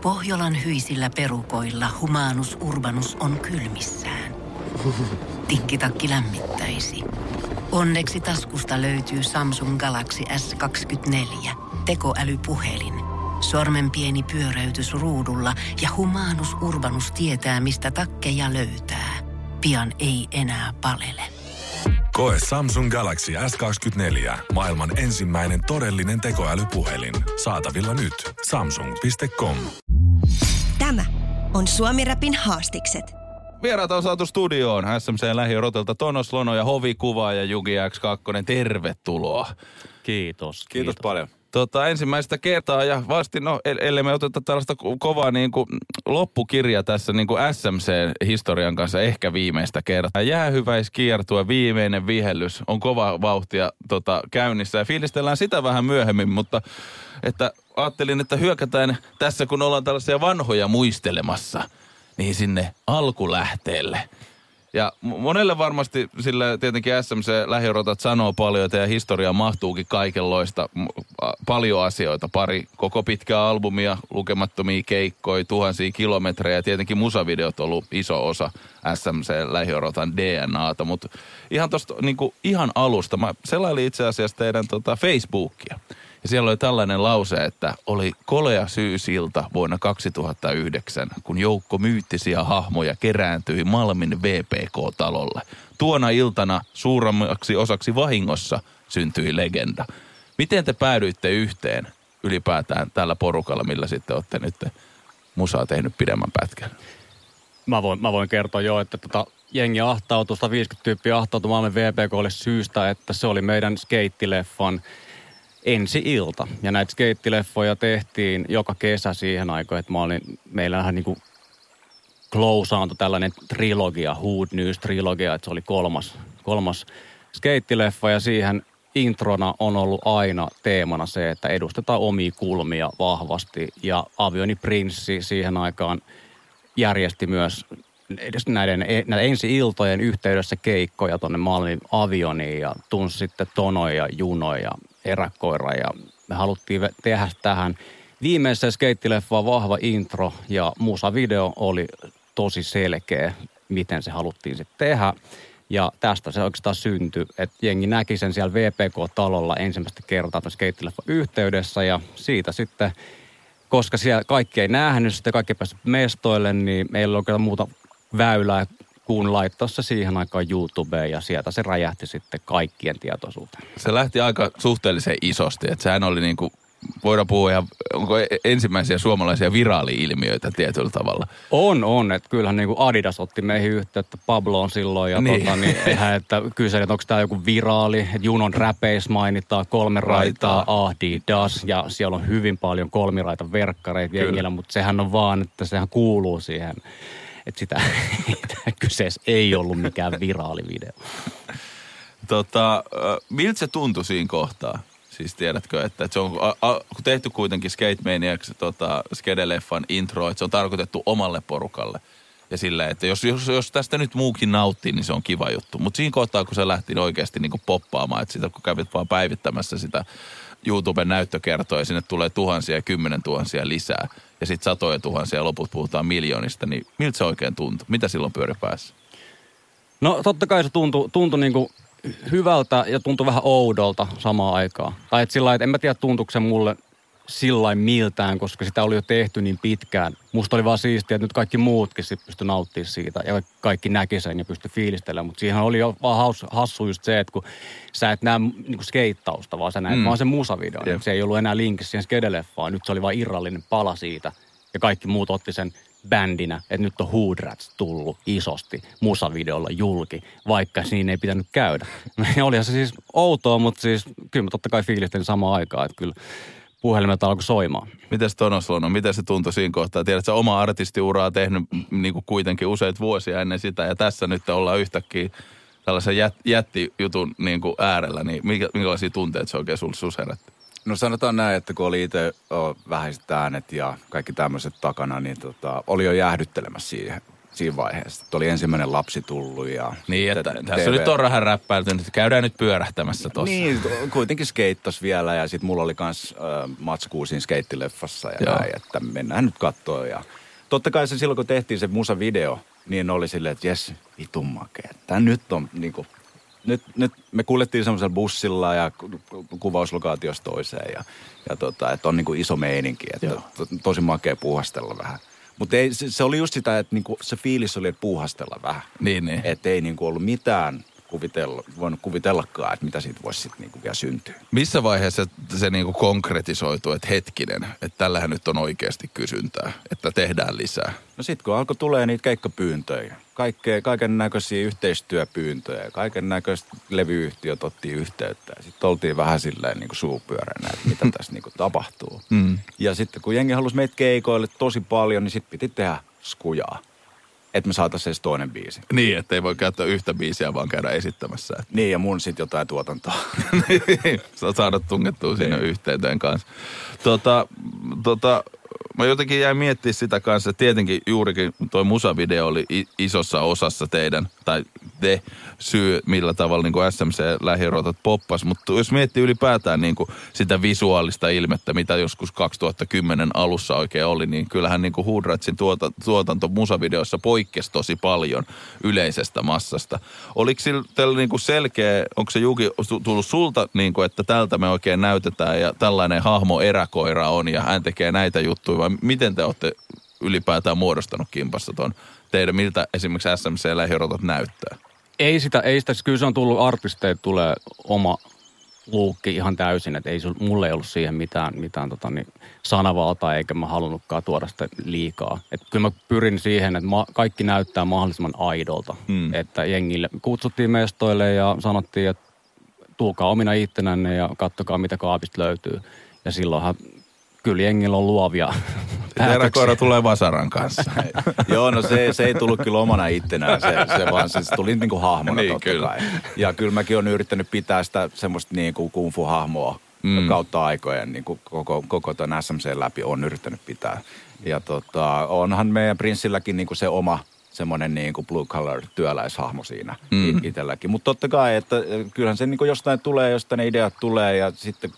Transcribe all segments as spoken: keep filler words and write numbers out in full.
Pohjolan hyisillä perukoilla Humanus Urbanus on kylmissään. Tikkitakki lämmittäisi. Onneksi taskusta löytyy Samsung Galaxy S kaksikymmentäneljä, tekoälypuhelin. Sormen pieni pyöräytys ruudulla ja Humanus Urbanus tietää, mistä takkeja löytää. Pian ei enää palele. Koe Samsung Galaxy S kaksikymmentäneljä, maailman ensimmäinen todellinen tekoälypuhelin. Saatavilla nyt. samsung piste com. Tämä on Suomi-räpin haastikset. Vieraita on saatu studioon. S M C-lähiorotelta Tonos Lono ja Hovi-kuvaa ja Jugi X kaksi. Tervetuloa. Kiitos. Kiitos, kiitos paljon. Tota, ensimmäistä kertaa ja vasti, no ellei me oteta tällaista kovaa niin kuin loppukirja tässä niin kuin S M C-historian kanssa ehkä viimeistä kertaa. Jäähyväiskiertue, viimeinen vihellys on kova vauhtia tota, käynnissä ja fiilistellään sitä vähän myöhemmin, mutta että ajattelin, että hyökätään tässä, kun ollaan tällaisia vanhoja muistelemassa, niin sinne alkulähteelle. Ja monelle varmasti sillä tietenkin S M C-lähiorotat sanoo paljon, että teidän historiaan mahtuukin kaikenloista, paljon asioita. Pari koko pitkää albumia, lukemattomia keikkoja, tuhansia kilometrejä ja tietenkin musavideot on ollut iso osa S M C-lähiorotan D N A:ta. Mutta ihan tosta niinku, ihan alusta, mä selailin itse asiassa teidän tota, Facebookia. Ja siellä oli tällainen lause, että oli kolea syysilta vuonna kaksituhattayhdeksän, kun joukko myyttisiä hahmoja kerääntyi Malmin V P K-talolle. Tuona iltana suuremmaksi osaksi vahingossa syntyi legenda. Miten te päädyitte yhteen ylipäätään tällä porukalla, millä sitten olette nyt musaa tehnyt pidemmän pätkän? Mä voin, mä voin kertoa jo, että tota, jengi ahtautui, sata viisikymmentä tyyppiä ahtautui Malmin V P K:lle syystä, että se oli meidän skeittileffan ensi ilta. Ja näitä skeittileffoja tehtiin joka kesä siihen aikaan, että mä olin, meillähän niinku closeantui tällainen trilogia, Hood News-trilogia, että se oli kolmas, kolmas skeittileffa ja siihen introna on ollut aina teemana se, että edustetaan omia kulmia vahvasti ja Avioni Prinssi siihen aikaan järjesti myös näiden, näiden ensi-iltojen yhteydessä keikkoja tuonne Malmin Avioniin ja tunsi sitten Tonoja ja Junoja ja Eräkoira ja me haluttiin tehdä tähän viimeiseen skeittileffaan vahva intro ja musavideo oli tosi selkeä, miten se haluttiin sitten tehdä. Ja tästä se oikeastaan syntyi, että jengi näki sen siellä V P K-talolla ensimmäistä kertaa tuon skeittileffan yhteydessä ja siitä sitten, koska siellä kaikki ei nähnyt sitä, kaikki ei päässyt mestoille, niin meillä oli oikeastaan muuta väylää kun laittaa se siihen aikaan YouTubeen ja sieltä se räjähti sitten kaikkien tietoisuuteen. Se lähti aika suhteellisen isosti, että sehän oli niin kuin, voidaan puhua ihan, onko ensimmäisiä suomalaisia viraali-ilmiöitä tietyllä tavalla? On, on, että kyllähän niin kuin Adidas otti meihin yhteyttä Pabloon silloin ja niin. Tota, niin, eihän, että kyseli, että onko tämä joku viraali, että Junon räpeis mainitaan kolme raitaa, Adidas ja siellä on hyvin paljon kolmiraita verkkareita jengillä, mutta sehän on vaan, että sehän kuuluu siihen. Että sitä kyseessä ei ollut mikään viraalivideo. Tota, miltä se tuntui siinä kohtaa? Siis tiedätkö, että, että se on a, a, tehty kuitenkin Skate Maniacs tota, Skede-leffan intro, että se on tarkoitettu omalle porukalle. Ja silleen, että jos, jos, jos tästä nyt muukin nauttii, niin se on kiva juttu. Mutta siinä kohtaa, kun se lähti oikeasti niin kuin poppaamaan, että sitä kun kävit vaan päivittämässä sitä YouTuben näyttökertoa ja sinne tulee tuhansia ja kymmenen tuhansia lisää ja sitten satoja tuhansia ja loput puhutaan miljoonista, niin miltä se oikein tuntui? Mitä silloin pyöri päässä? No totta kai se tuntui, tuntui niin kuin hyvältä ja tuntui vähän oudolta samaan aikaan. Tai että sillä lailla, että en mä tiedä tuntuuko se mulle sillain miltään, koska sitä oli jo tehty niin pitkään. Musta oli vaan siistiä, että nyt kaikki muutkin sit pysty nauttimaan siitä ja kaikki näki sen ja pysty fiilistelemään. Mutta siihen oli jo vaan hassu just se, että kun sä et näe niinku skeittausta, vaan sä näet mm. vaan sen musavideon. Yep. Se ei ollut enää linkissä siihen skedeleffaan. Nyt se oli vaan irrallinen pala siitä ja kaikki muut otti sen bändinä, että nyt on Hood Rats tullut isosti musavideolla julki, vaikka siinä ei pitänyt käydä. Olihan se siis outoa, mutta siis kyllä mä totta kai fiilistelin samaan aikaan, että kyllä puhelimet alkoi soimaan. Mites Tonos Lono, miten se tuntui siinä kohtaa? Tiedätkö, sä oma artistiuraa tehnyt niin kuin kuitenkin useita vuosia ennen sitä ja tässä nyt ollaan yhtäkkiä tällaisen jät, jättijutun niin kuin äärellä, niin minkälaisia tunteita se oikein sus herätti? No sanotaan näin, että kun oli itse vähäiset äänet ja kaikki tämmöiset takana, niin tota, oli jo jäähdyttelemässä siihen, siinä vaiheessa. Että oli ensimmäinen lapsi tullut ja... Niin, että T V. tässä on nyt on rahan räppäilty, että käydään nyt pyörähtämässä tossa. Niin, kuitenkin skeittos vielä ja sitten mulla oli kans äh, matskuu siinä skeittileffassa ja Joo. näin, että mennään nyt katsoa. Ja totta kai se silloin, kun tehtiin se musavideo, niin oli silleen, että jes, vitun makea. Tää nyt on niinku... Nyt, nyt me kuljettiin semmoisella bussilla ja kuvauslokaatiosta toiseen ja, ja tota, että on niinku iso meininki, että to, tosi makea puuhastella vähän. Mutta se, se oli just sitä, että niinku se fiilis oli, että puuhastella vähän. Niin, niin. Että ei niinku ollut mitään kuvitella, voinut kuvitellakaan, että mitä siitä voisi sitten niinku vielä syntyä. Missä vaiheessa se niinku konkretisoituu, että hetkinen, että tällähän nyt on oikeasti kysyntää, että tehdään lisää? No sit kun alkoi tulee niitä keikkapyyntöjä, kaiken näköisiä yhteistyöpyyntöjä, kaiken näköistä levyyhtiöt otti yhteyttä. Sitten oltiin vähän silleen niin kuin suupyöränä, että mitä tässä niin kuin tapahtuu. Mm. Ja sitten kun jengi halusi meitä keikoille tosi paljon, niin sitten piti tehdä skujaa. Että me saataisiin edes toinen biisi. Niin, ettei voi käyttää yhtä biisiä, vaan käydä esittämässä. Niin, ja mun sitten jotain tuotantoa. Saa saada tungettua siinä yhteyteen kanssa. Tota, tota, mä jotenkin jäin miettimään sitä kanssa, että tietenkin juurikin toi musavideo oli isossa osassa teidän, tai te syy, millä tavalla niin kuin S M C-lähirotat poppas. Mutta jos miettii ylipäätään niin kuin sitä visuaalista ilmettä, mitä joskus kaksituhattakymmenen alussa oikein oli, niin kyllähän niin kuin Hood Ratsin tuota, tuotanto musavideoissa poikkesi tosi paljon yleisestä massasta. Oliko sillä niin kuin selkeä, onko se Juki tullut sulta, niin kuin, että tältä me oikein näytetään ja tällainen hahmo eräkoira on ja hän tekee näitä juttuja, vai miten te olette ylipäätään muodostanut kimpassa ton teidän, miltä esimerkiksi S M C-lähirotat näyttää? Ei sitä, ei sitä, kyllä se on tullut artisteille, tulee oma luukki ihan täysin, että ei, mulle ei ollut siihen mitään, mitään tota, niin, sanavaltaa, eikä mä halunnutkaan tuoda sitä liikaa. Että kyllä mä pyrin siihen, että ma, kaikki näyttää mahdollisimman aidolta, hmm. että jengille kutsuttiin mestoille ja sanottiin, että tulkaa omina ittenänne ja kattokaa mitä kaapista löytyy. Ja silloinhan kyllä jengillä on luovia päätöksiä. Eräkoira tulee vasaran kanssa. Joo, no se, se ei tullut kyllä omana ittenään, se, se vaan se tuli niin kuin hahmona niin, totta kyllä. kai. Ja kyllä mäkin olen yrittänyt pitää sitä semmoista niin kuin kung fu-hahmoa mm. kautta aikojen, niin kuin koko, koko tämän S M C läpi on yrittänyt pitää. Ja tota, onhan meidän prinssilläkin niin kuin se oma semmoinen niin kuin blue collar työläishahmo siinä mm. itselläkin. Mutta totta kai, että kyllähän se niin kuin jostain tulee, jostain ne ideat tulee ja sitten...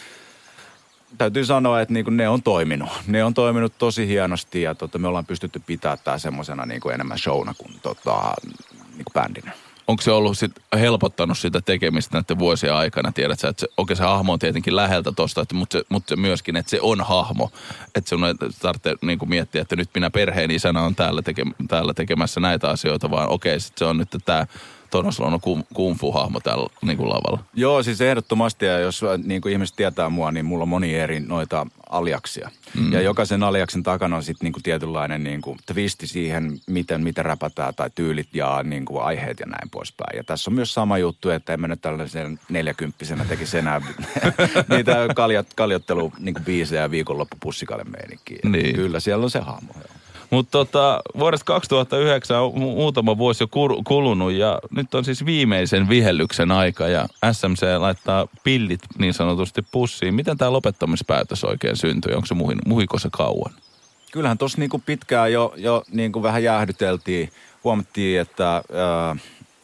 Täytyy sanoa, että niinku ne on toiminut. Ne on toiminut tosi hienosti ja tota, me ollaan pystytty pitämään tää semmosena niinku enemmän showna kuin tota, niinku bändinä. Onko se ollut sit helpottanut sitä tekemistä näiden vuosien aikana? Tiedät sä, että se, okei, se hahmo on tietenkin läheltä tosta, mutta se, mut se myöskin, että se on hahmo. Että sun ei tarvitse niinku miettiä, että nyt minä perheen isänä on täällä, teke, täällä tekemässä näitä asioita, vaan okei, sit se on nyt tää... Tonoslo on kung fu-hahmo täällä niin kuin lavalla. Joo, siis ehdottomasti. Ja jos niin kuin ihmiset tietää mua, niin mulla on moni eri noita aliaksia. Mm. Ja jokaisen aliaksen takana on sitten niin kuin tietynlainen niin kuin twisti siihen, miten, miten räpätään tai tyylit ja niin kuin aiheet ja näin poispäin. Ja tässä on myös sama juttu, että emme nyt tällaisen neljäkymppisenä tekisi enää niitä kaljat, kaljottelu niin kuin biisejä viikonloppupussikalle meininkiin. Niin. Kyllä siellä on se hahmo, joo. Mutta tota, vuodesta kaksituhattayhdeksän on muutama vuosi jo kulunut ja nyt on siis viimeisen vihellyksen aika ja S M C laittaa pillit niin sanotusti pussiin. Miten tämä lopettamispäätös oikein syntyi? Onko se muhin, muhiko se kauan? Kyllähän tuossa niinku pitkään jo, jo niinku vähän jäähdyteltiin. Huomattiin, että ö,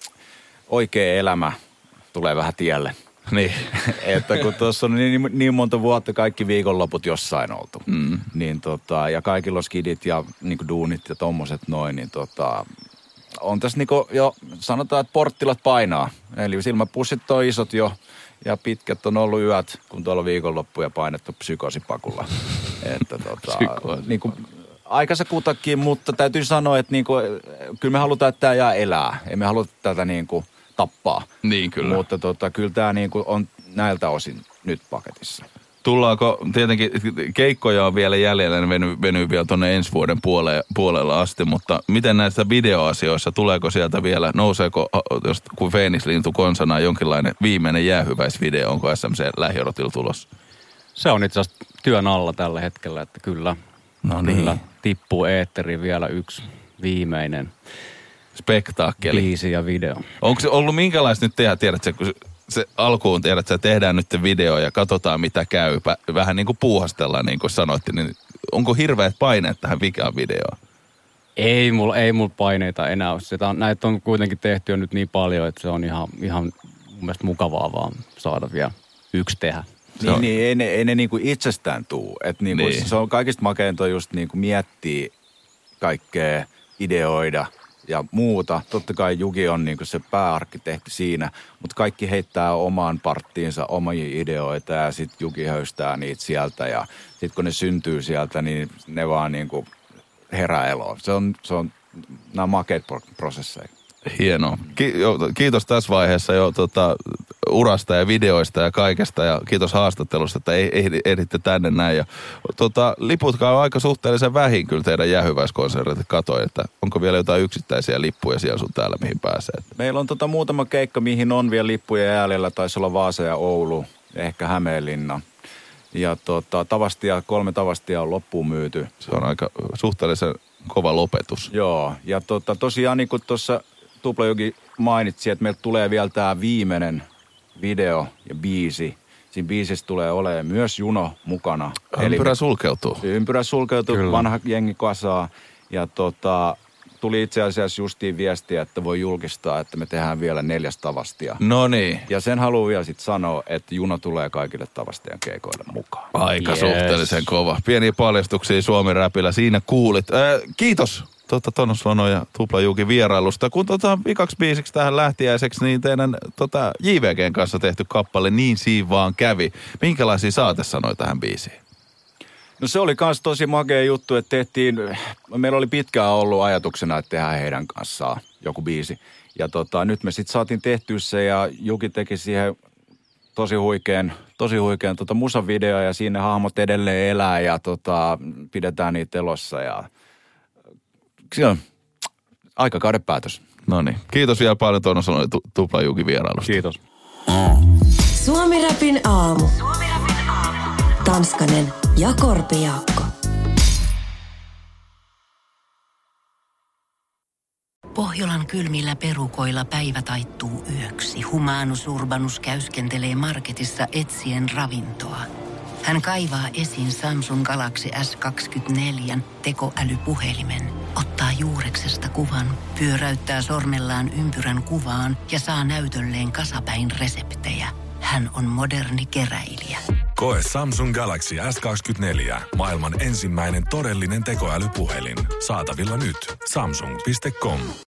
oikea elämä tulee vähän tielle. Niin. Että kun tuossa on niin, niin monta vuotta kaikki viikonloput jossain oltu, mm. niin tota, ja kaikilla on skidit ja niinku duunit ja tommoset noin, niin tota, on tässä niinku jo, sanotaan, että porttilat painaa. Eli silmäpussit on isot jo ja pitkät on ollut yöt, kun tuolla viikonloppuja painettu psykoosipakulla. Että tota, niinku, aikansa kutakin, mutta täytyy sanoa, että niinku, kyllä me halutaan, että tämä jää elää. Emme haluta tätä niinku tappaa. Niin kyllä. Mutta tota, kyllä tämä niinku on näiltä osin nyt paketissa. Tullaanko, tietenkin keikkoja on vielä jäljellä, ne venyy, venyy vielä tuonne ensi vuoden puole, puolella asti, mutta miten näissä videoasioissa, tuleeko sieltä vielä, nouseeko, jos kun Feenislintu konsana jonkinlainen viimeinen jäähyväisvideo, onko S M C lähiorotilla tulossa? Se on itse asiassa työn alla tällä hetkellä, että kyllä, no niin. kyllä tippuu eetteriin vielä yksi viimeinen spektaakkeli. Biisi ja video. Onko se ollut minkälaista nyt tehdä, tiedätkö, kun se alkuun tiedät, että tehdään nyt video ja katsotaan mitä käy, vähän niin kuin puuhastellaan niin kuin sanoitte, niin onko hirveät paineet tähän vikaan videoon? Ei mulla, ei mulla paineita enää ole. Sitä on, näitä on kuitenkin tehty jo nyt niin paljon, että se on ihan, ihan mun mielestä mukavaa vaan saada vielä yksi tehdä. Niin, niin ei ne, ei ne niinku itsestään tuu. Et niinku niin. Se on kaikista makeinta just niinku miettiä kaikkea, ideoida ja muuta. Totta kai Juki on niinku se pääarkkitehti siinä, mutta kaikki heittää omaan parttiinsa omia ideoita ja sitten Juki höystää niitä sieltä ja sitten kun ne syntyy sieltä, niin ne vaan niinku herää eloon. Se on, se on, nämä on makeita prosesseja. Hienoa. Ki- jo, kiitos tässä vaiheessa jo tota, urasta ja videoista ja kaikesta ja kiitos haastattelusta, että ehditte tänne näin. Ja, tota, liputkaan on aika suhteellisen vähin kyllä teidän jäähyväiskonsertit. Katoin, että onko vielä jotain yksittäisiä lippuja siellä sun täällä, mihin pääsee? Meillä on tota muutama keikka, mihin on vielä lippuja jäljellä. Taisi olla Vaasa ja Oulu, ehkä Hämeenlinna. Ja tota, tavastia, kolme tavastia on loppuun myyty. Se on aika suhteellisen kova lopetus. Joo, ja tota, tosiaan niin kuin tuossa Tuplajuki mainitsi, että meiltä tulee vielä tämä viimeinen video ja biisi. Siinä biisissä tulee olemaan myös Juno mukana. Ympyrä sulkeutuu. Ympyrä sulkeutuu, Kyllä. vanha jengi kasaa. Ja tota, tuli itse asiassa justiin viestiä, että voi julkistaa, että me tehdään vielä neljäs tavastia. No niin. Ja sen haluan vielä sitten sanoa, että Juno tulee kaikille tavastian keikoille mukaan. Aika yes. suhteellisen kova. Pieniä paljastuksia Suomi-räpillä. Siinä kuulit. Äh, kiitos. Tota, Tonnos Lono ja Tuplajuki vierailusta. Kun tota, vikaksi biisiksi tähän lähtiäiseksi, niin teidän tota, J V G:n kanssa tehty kappale Niin siinä vaan kävi. Minkälaisia saatesanoja tähän biisiin? No se oli kans tosi makea juttu, että tehtiin, meillä oli pitkään ollut ajatuksena, että tehdään heidän kanssaan joku biisi. Ja tota, nyt me sitten saatiin tehtyä se ja Juki teki siihen tosi huikean, tosi huikean tota musavideo ja siinä hahmot edelleen elää ja tota, pidetään niitä elossa ja se on aikakauden päätös. No niin. Kiitos vielä paljon Tonnos Lono ja Tuplajuki vierailusta. Kiitos. Suomi-räpin aamu. Suomi-räpin aamu. Tanskanen ja Korpijaakko. Pohjolan kylmillä perukoilla päivä taittuu yöksi. Humanus Urbanus käyskentelee marketissa etsien ravintoa. Hän kaivaa esiin Samsung Galaxy S kaksikymmentäneljä tekoälypuhelimen, ottaa juureksesta kuvan, pyöräyttää sormellaan ympyrän kuvaan ja saa näytölleen kasapäin reseptejä. Hän on moderni keräilijä. Koe Samsung Galaxy S kaksikymmentäneljä, maailman ensimmäinen todellinen tekoälypuhelin. Saatavilla nyt. samsung piste com.